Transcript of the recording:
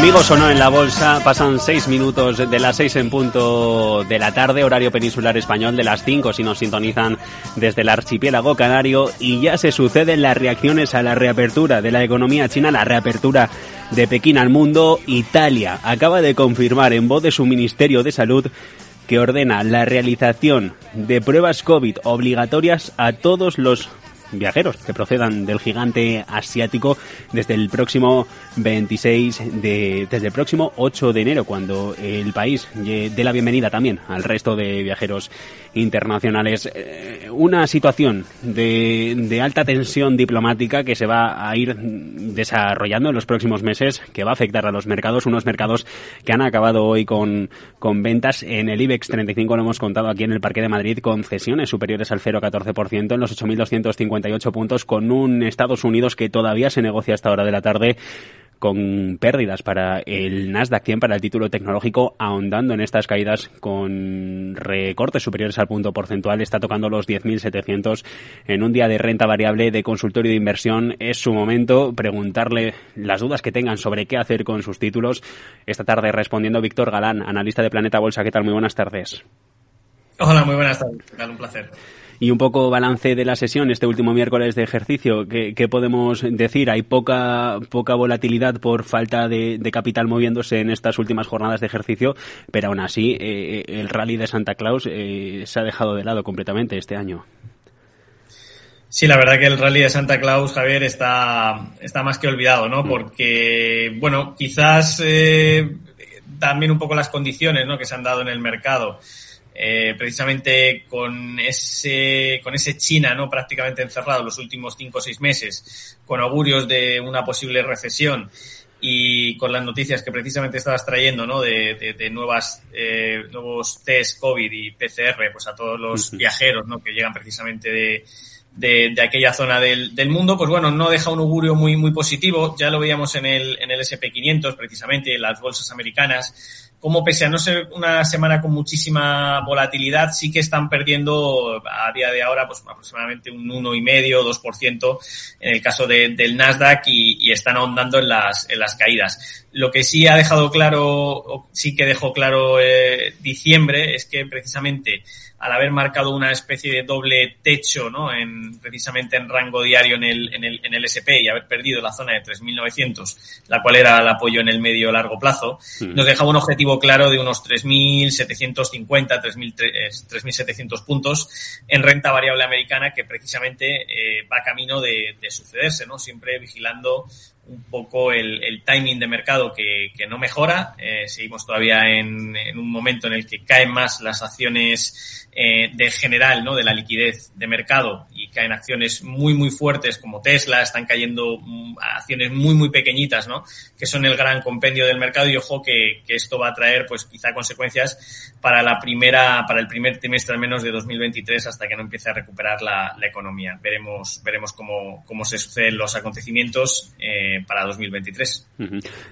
Enemigos o no en la bolsa, pasan 6 minutos de las 6 en punto de la tarde, horario peninsular español, de las 5 si nos sintonizan desde el archipiélago canario, y ya se suceden las reacciones a la reapertura de la economía china, la reapertura de Pekín al mundo. Italia acaba de confirmar en voz de su Ministerio de Salud que ordena la realización de pruebas COVID obligatorias a todos los viajeros que procedan del gigante asiático desde el próximo 8 de enero, cuando el país dé la bienvenida también al resto de viajeros internacionales. Una situación de alta tensión diplomática que se va a ir desarrollando en los próximos meses, que va a afectar a los mercados, unos mercados que han acabado hoy con ventas en el IBEX 35, lo hemos contado aquí en el Parque de Madrid, con cesiones superiores al 0,14% en los 8.258 puntos, con un Estados Unidos que todavía se negocia a esta hora de la tarde con pérdidas para el Nasdaq 100, para el título tecnológico, ahondando en estas caídas con recortes superiores al punto porcentual. Está tocando los 10.700 en un día de renta variable de consultorio de inversión. Es su momento, preguntarle las dudas que tengan sobre qué hacer con sus títulos. Esta tarde respondiendo Víctor Galán, analista de Planeta Bolsa. ¿Qué tal? Muy buenas tardes. Hola, muy buenas tardes. Un placer. Y un poco balance de la sesión, este último miércoles de ejercicio. ¿Qué podemos decir? Hay poca volatilidad por falta de capital moviéndose en estas últimas jornadas de ejercicio, pero aún así el rally de Santa Claus se ha dejado de lado completamente este año. Sí, la verdad que el rally de Santa Claus, Javier, está más que olvidado, ¿no? Porque, bueno, quizás también un poco las condiciones, ¿no?, que se han dado en el mercado. Precisamente con ese China, ¿no?, prácticamente encerrado los últimos 5 o 6 meses, con augurios de una posible recesión, y con las noticias que precisamente estabas trayendo, ¿no?, de nuevos test COVID y PCR, pues a todos los viajeros, ¿no?, que llegan precisamente de aquella zona del mundo, pues bueno, no deja un augurio muy, muy positivo. Ya lo veíamos en el SP500, precisamente, en las bolsas americanas, como pese a no ser una semana con muchísima volatilidad, sí que están perdiendo a día de ahora pues aproximadamente un 1,5-2% en el caso del Nasdaq, y están ahondando en las caídas. Lo que sí ha dejado claro, o sí que dejó claro diciembre, es que precisamente al haber marcado una especie de doble techo, ¿no?, precisamente en rango diario en el SP, y haber perdido la zona de 3.900, la cual era el apoyo en el medio largo plazo, nos dejaba un objetivo claro de unos 3.750, 3.700 puntos en renta variable americana, que precisamente va camino de sucederse, ¿no?, siempre vigilando un poco el timing de mercado que no mejora. Seguimos todavía en un momento en el que caen más las acciones de general, ¿no?, de la liquidez de mercado, y caen acciones muy, muy fuertes como Tesla, están cayendo acciones muy, muy pequeñitas, ¿no?, que son el gran compendio del mercado, y ojo que esto va a traer pues quizá consecuencias para el primer trimestre al menos de 2023, hasta que no empiece a recuperar la economía. Veremos cómo se suceden los acontecimientos para 2023.